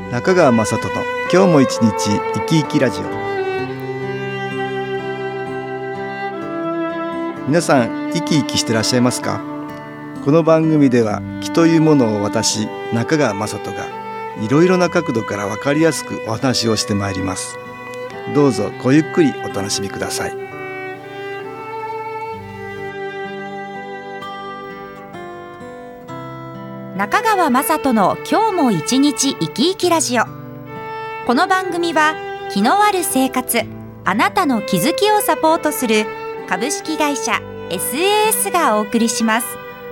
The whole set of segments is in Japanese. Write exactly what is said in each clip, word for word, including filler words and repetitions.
中川雅人の今日も一日生き生きラジオ。皆さん生き生きしてらっしゃいますか？この番組では気というものを私中川雅人がいろいろな角度から分かりやすくお話をしてまいります。どうぞごゆっくりお楽しみください。 中川雅人の今日も一日生き生きラジオ。この番組は気のある生活、あなたの気づきをサポートする株式会社 エスエーエス がお送りします。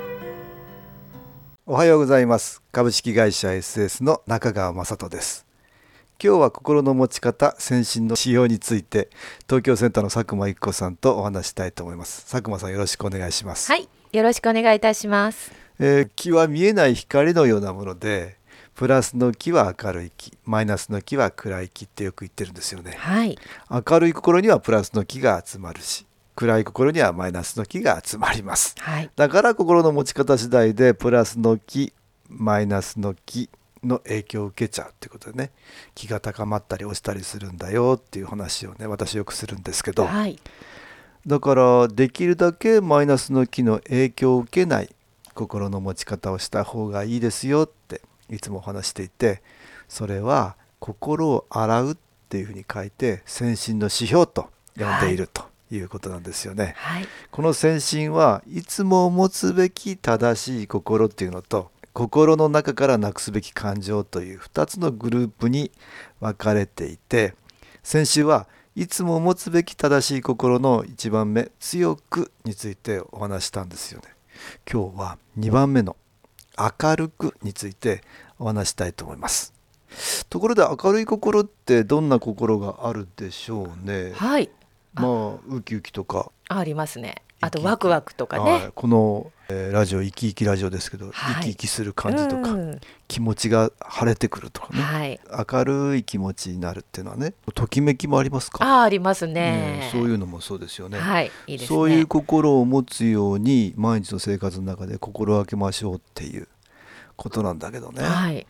おはようございます。株式会社 エスエス の中川雅人です。今日は心の持ち方、先進の仕様について東京センターの佐久間由紀子さんとお話したいと思います。佐久間さん、よろしくお願いします。 はい、よろしくお願いいたします。 えー、気は見えない光のようなもので、プラスの気は明るい気、マイナスの気は暗い気ってよく言ってるんですよね。 はい、 明るい心にはプラスの気が集まるし、暗い心にはマイナスの気が集まります。 はい、 だから心の持ち方次第でプラスの気、マイナスの気の影響を受けちゃうってことでね、気が高まったり落ちたりするんだよっていう話をね、私よくするんですけど、 はい、 だからできるだけマイナスの気の影響を受けない心の持ち方をした方がいいですよっていつもお話していて、それは心を洗うっていうふうに書いて先進の指標と呼んでいるということなんですよね。 はい、 この先進はいつも持つべき正しい心っていうのと、心の中からなくすべき感情というふたつのグループに分かれていて、先週はいつも持つべき正しい心のいちばんめ、強くについてお話したんですよね。今日はにばんめの明るくについてお話したいと思います。ところで明るい心ってどんな心があるでしょうね。 はい、 まあウキウキとかあ, ありますね。あとワクワクとかね、 はい、この、えー、ラジオ生き生きラジオですけど、 はい、 生き生きする感じとか、 うん、 気持ちが晴れてくるとかね、 はい、 明るい気持ちになるっていうのはね、ときめきもありますか？ あ, ありますね、 ね、そういうのもそうですよね。 はい、いいですね。 そういう心を持つように毎日の生活の中で心がけましょうっていうことなんだけどね、 はい、 うん、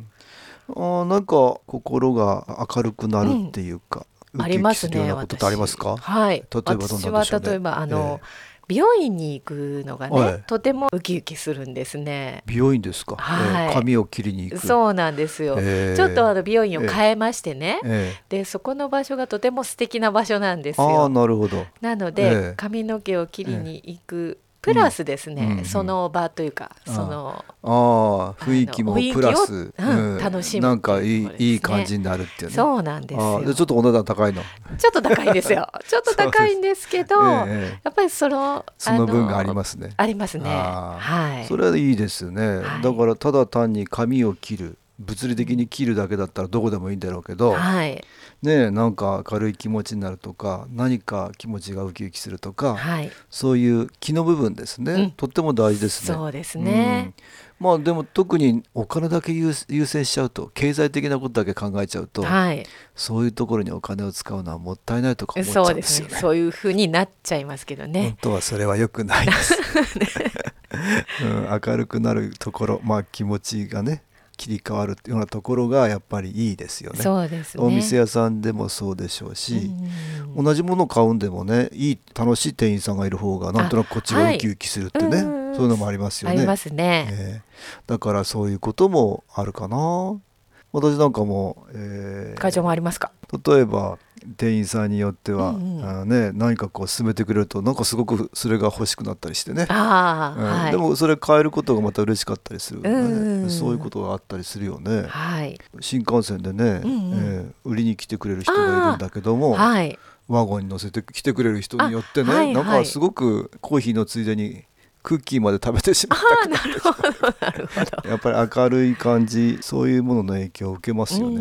あ、なんか心が明るくなるっていうか、 うん、ありますね。 ウキウキするようなことってありますか？ はい、 例えばどんなでしょうね。 私は例えばあの、えー美容院に行くのがね、はい、とてもウキウキするんですね。 美容院ですか？ はい、 えー、髪を切りに行く。 そうなんですよ、えー、ちょっとあの美容院を変えましてね、えー、でそこの場所がとても素敵な場所なんですよ。 あ、なるほど。 なので、えー、髪の毛を切りに行く、えー、プラスですね、うんうん、その場というかそのああ雰囲気もプラス、 うん、楽しむ、 なんかいい、いい感じになるっていうね。 そうなんですよ。 あ、ちょっとお値段高いの？ ちょっと高いんですよ。ちょっと高いんですけど、えー、やっぱりそのその分がありますね。 ありますね。はい。 それはいいですよね、はい、だからただ単に髪を切る、物理的に切るだけだったらどこでもいいんだろうけど、はい、ね、なんか明るい気持ちになるとか、何か気持ちがウキウキするとか、はい、そういう気の部分ですね、うん、とっても大事ですね。 そうですね、 うん、まあでも特にお金だけ 優, 優先しちゃうと、経済的なことだけ考えちゃうと、はい、そういうところにお金を使うのはもったいないとか思っちゃうんですよね。 そうですね、そういうふうになっちゃいますけどね。 本当はそれは良くないです、うん、明るくなるところ、まあ気持ちがね切り替わるようなところがやっぱりいいですよね。 そうですね。 お店屋さんでもそうでしょうし、うん、同じものを買うんでもね、いい楽しい店員さんがいる方がなんとなくこっちがウキウキするってね、はい、そういうのもありますよね。 ありますね、 えー、だからそういうこともあるかな。私なんかも、えー、 会長もありますか？ 例えば店員さんによっては、うんうん、あね、何かこう勧めてくれるとなんかすごくそれが欲しくなったりしてね、 あ、 うん、 はい、 でもそれ変えることがまた嬉しかったりする、ね、うん、そういうことがあったりするよね、はい、新幹線でね、うんうん、えー、売りに来てくれる人がいるんだけども、はい、ワゴンに乗せて来てくれる人によってね、はいはい、なんかすごくコーヒーのついでにクッキーまで食べてしまったりとか、 なるほどなるほど。 やっぱり明るい感じ、そういうものの影響を受けますよね、うん、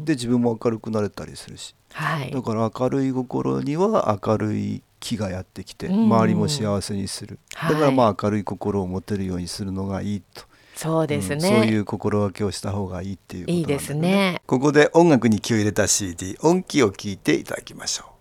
で自分も明るくなれたりするし、はい、だから明るい心には明るい気がやってきて、周りも幸せにする、だからまあ明るい心を持てるようにするのがいいと、 そうですね、 うん、そういう心がけをした方がいいっていうことなんだよね。 いいですね。 ここで音楽に気を入れた シーディー 音気を聴いていただきましょう。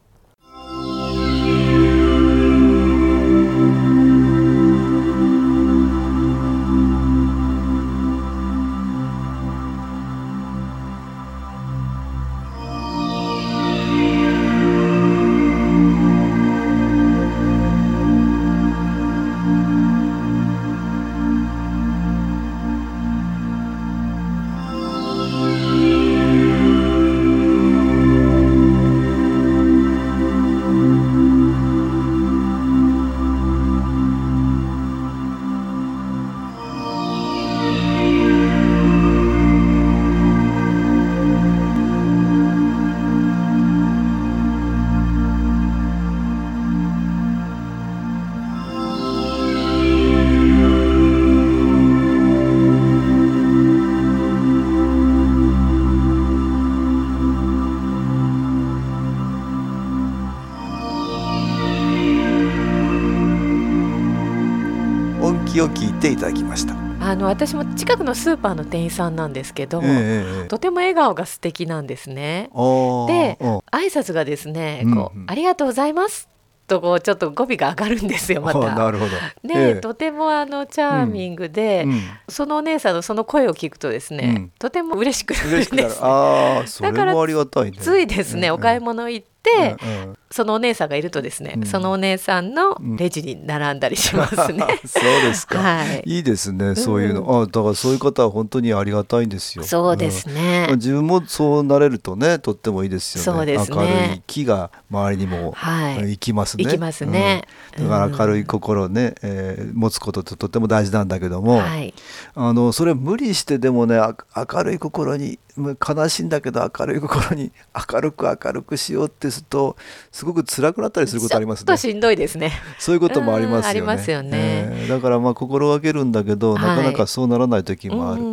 きを聞いていただきました。 あの私も近くのスーパーの店員さんなんですけど、えー、とても笑顔が素敵なんですね。で挨拶がですねこう、うんうん、ありがとうございますとこうちょっと語尾が上がるんですよまた。 なるほど。 で、 えー、 とてもあのチャーミングで、うん、そのお姉さんのその声を聞くとですね、うん、とても嬉しくなるんです、ね、 あそれもありがたいね。 ついですね、うんうん、お買い物行って、うんうん、そのお姉さんがいるとですね、うん、そのお姉さんのレジに並んだりしますね、うん、 そうですか、はい、いいですねそういうの、うん、あだからそういう方は本当にありがたいんですよ。 そうですね、 うん、自分もそうなれるとねとってもいいですよね。 そうですね、 明るい気が周りにも、はい、行きますね。 行きますね、 うん、だから明るい心をね、えー、持つことってとっても大事なんだけども、はい、あのそれ無理してでもね明るい心に悲しいんだけど明るい心に明るく明るくしようってするとすごく辛くなったりすることありますね。 ちょっとしんどいですね。 そういうこともありますよね。 ありますよね、 えー、だからまあ心がけるんだけど、はい、なかなかそうならない時もある、うん、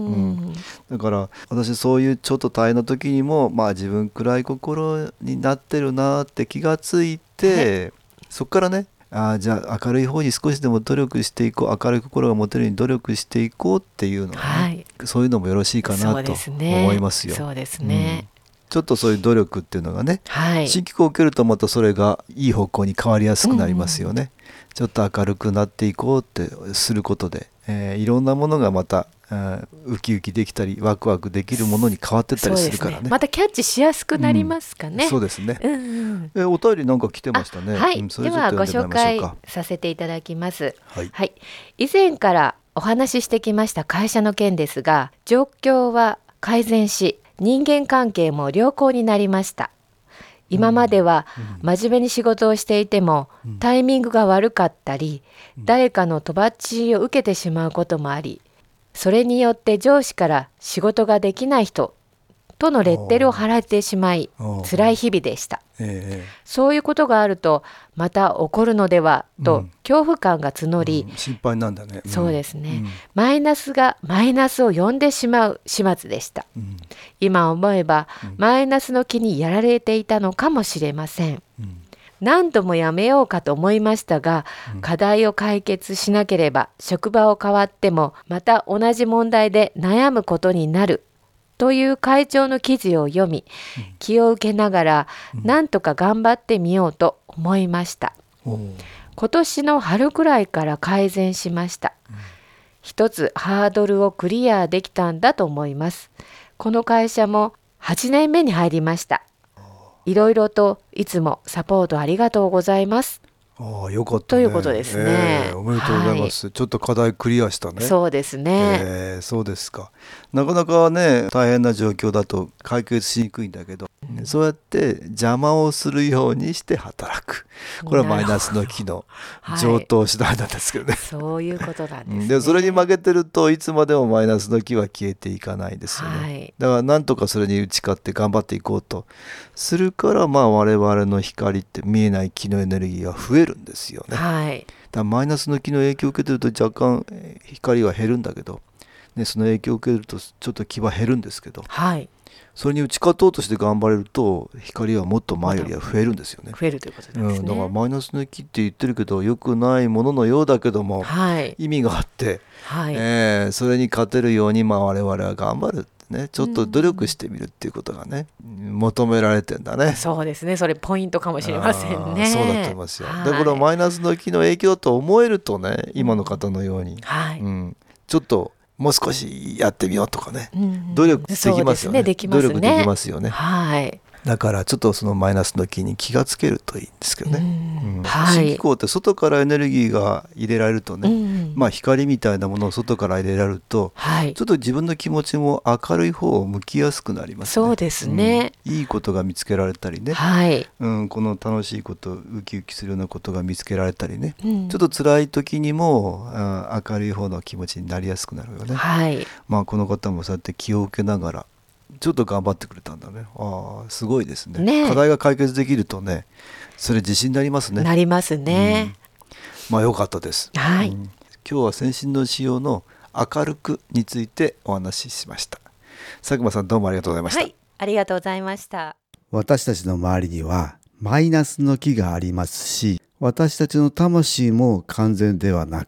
だから私そういうちょっと大変な時にも、まあ、自分暗い心になってるなって気がついて、はい、そこからねあじゃあ明るい方に少しでも努力していこう明るい心が持てるように努力していこうっていうのは、ね、はい、そういうのもよろしいかなと思いますよ。 そうですね、うん、 ちょっとそういう努力っていうのがね、はい、新規校を受けるとまたそれがいい方向に変わりやすくなりますよね、うん、ちょっと明るくなっていこうってすることで、えー、いろんなものがまたウキウキできたりワクワクできるものに変わってったりするから ね, ねまたキャッチしやすくなりますかね、 うん、そうですね、うんうん、えお便りなんか来てましたね。 はい、うん、 それではご紹介させていただきます、 はいはい、以前からお話ししてきました会社の件ですが状況は改善し人間関係も良好になりました。今までは真面目に仕事をしていても、うん、タイミングが悪かったり、うん、誰かのとばっちりを受けてしまうこともありそれによって上司から仕事ができない人とのレッテルを貼られてしまい辛い日々でした、えー、そういうことがあるとまた起こるのではと恐怖感が募り、 うんうん、心配なんだね、 うん、そうですね、うん、マイナスがマイナスを呼んでしまう始末でした、うん、今思えば、うん、マイナスの気にやられていたのかもしれません、うん、何度もやめようかと思いましたが、うん、課題を解決しなければ職場を変わってもまた同じ問題で悩むことになるという会長の記事を読み、うん、気を受けながら、うん、何とか頑張ってみようと思いました、うん、今年の春くらいから改善しました、うん、一つハードルをクリアできたんだと思います。この会社もはちねんめに入りました。いろいろといつもサポートありがとうございます。 ああよかったね。 ということですね、 えー、おめでとうございます、はい、ちょっと課題クリアしたね。 そうですね、 えー、そうですか。なかなかね大変な状況だと解決しにくいんだけど、うん、そうやって邪魔をするようにして働く、これはマイナスの気の上等手段なんですけどね、はい、 そういうことなんですね。 でそれに負けてるといつまでもマイナスの気は消えていかないですよね、はい、だからなんとかそれに打ち勝って頑張っていこうとするから、まあ我々の光って見えない気のエネルギーが増えるんですよね、はい、だからマイナスの気の影響を受けてると若干光は減るんだけど、ね、その影響を受けるとちょっと気は減るんですけど、はい、それに打ち勝とうとして頑張れると光はもっと前よりは増えるんですよね。 増えるということですね、 うん、だからマイナスの気って言ってるけど良くないもののようだけども、はい、意味があって、はいえー、それに勝てるように、まあ、我々は頑張るね、ちょっと努力してみるっていうことがね、うん、求められてんだね。 そうですね、それポイントかもしれませんね。 そうだと思いますよ、はい、でこのマイナスの気の影響と思えるとね、今の方のように、はいうん、ちょっともう少しやってみようとかね、うん、努力できますよね。 できますね。 努力できますよね。 はい。 だからちょっとそのマイナスの気に気がつけるといいんですけどね、うんうんはい、新気候って外からエネルギーが入れられるとね、うんまあ、光みたいなものを外から入れられると、はい、ちょっと自分の気持ちも明るい方を向きやすくなりますね。 そうですね、 うん、いいことが見つけられたりね、はいうん、この楽しいことウキウキするようなことが見つけられたりね、うん、ちょっと辛い時にもあ明るい方の気持ちになりやすくなるよね、はいまあ、この方もそうやって気を受けながらちょっと頑張ってくれたんだね。ああすごいですね。ね課題が解決できるとね、それ自信になりますね。 なりますね、 うん、まあ良かったです、はいうん、今日は先進の仕様の明るくについてお話ししました。佐久間さんどうもありがとうございました。はい、 ありがとうございました。 私たちの周りにはマイナスの気がありますし、私たちの魂も完全ではなく、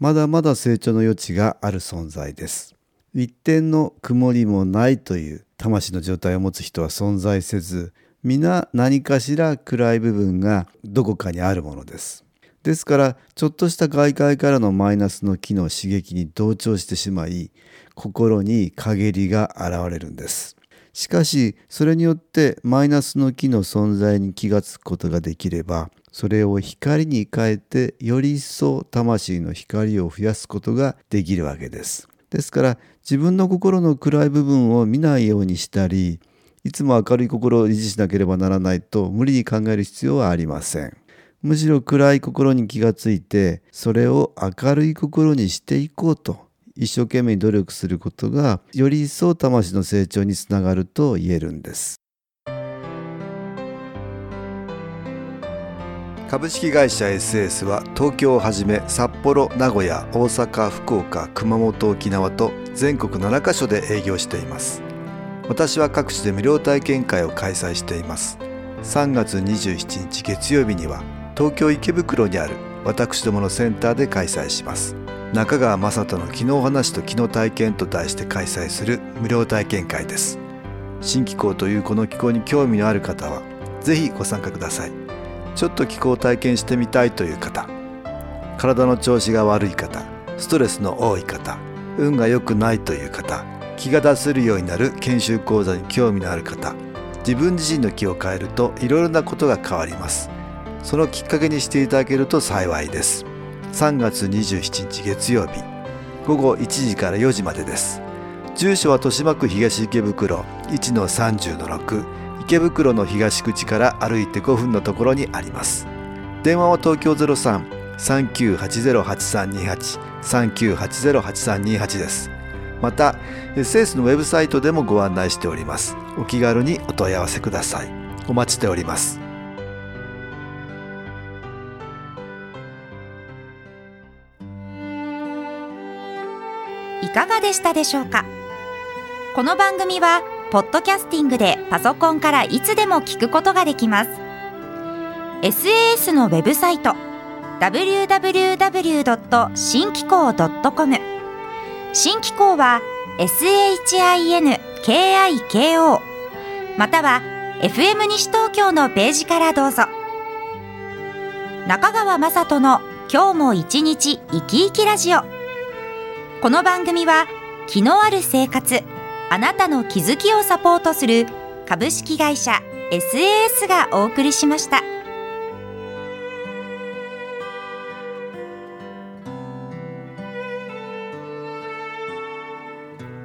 まだまだ成長の余地がある存在です。一点の曇りもないという魂の状態を持つ人は存在せず、皆何かしら暗い部分がどこかにあるものです。ですからちょっとした外界からのマイナスの気の刺激に同調してしまい、心に陰りが現れるんです。しかしそれによってマイナスの気の存在に気がつくことができれば、それを光に変えてより一層魂の光を増やすことができるわけです。ですから自分の心の暗い部分を見ないようにしたり、いつも明るい心を維持しなければならないと無理に考える必要はありません。むしろ暗い心に気がついて、それを明るい心にしていこうと一生懸命努力することが、より一層魂の成長につながると言えるんです。 株式会社 エスエス は東京をはじめ札幌、名古屋、大阪、福岡、熊本、沖縄と全国ななカ所で営業しています。私は各地で無料体験会を開催しています。さんがつにじゅうしちにち月曜日には東京池袋にある私どものセンターで開催します。中川雅人の気の話と気の体験と題して開催する無料体験会です。新気候というこの気候に興味のある方はぜひご参加ください。ちょっと気候を体験してみたいという方、体の調子が悪い方、ストレスの多い方、運が良くないという方、気が出せるようになる研修講座に興味のある方、自分自身の気を変えるといろいろなことが変わります。そのきっかけにしていただけると幸いです。さんがつにじゅうしちにち月曜日、ごごいちじからよじまでです。住所は豊島区東池袋 いちのさんじゅうのろく、池袋の東口から歩いてごふんのところにあります。電話は東京 ゼロさん さんきゅうはちゼロ はちさんにはち さんきゅうはちゼロ はちさんにはちです。また エスエス のウェブサイトでもご案内しております。お気軽にお問い合わせください。お待ちしております。 いかがでしたでしょうか。この番組はポッドキャスティングでパソコンからいつでも聞くことができます。 エスエーエス のウェブサイト ダブリューダブリューダブリュードットシンキコードットコム、 新気候は エスエイチアイエヌケーアイケーオー または エフエム 西東京のページからどうぞ。中川雅人の今日も一日生き生きラジオ。この番組は気のある生活、あなたの気づきをサポートする株式会社 エスエーエス がお送りしました。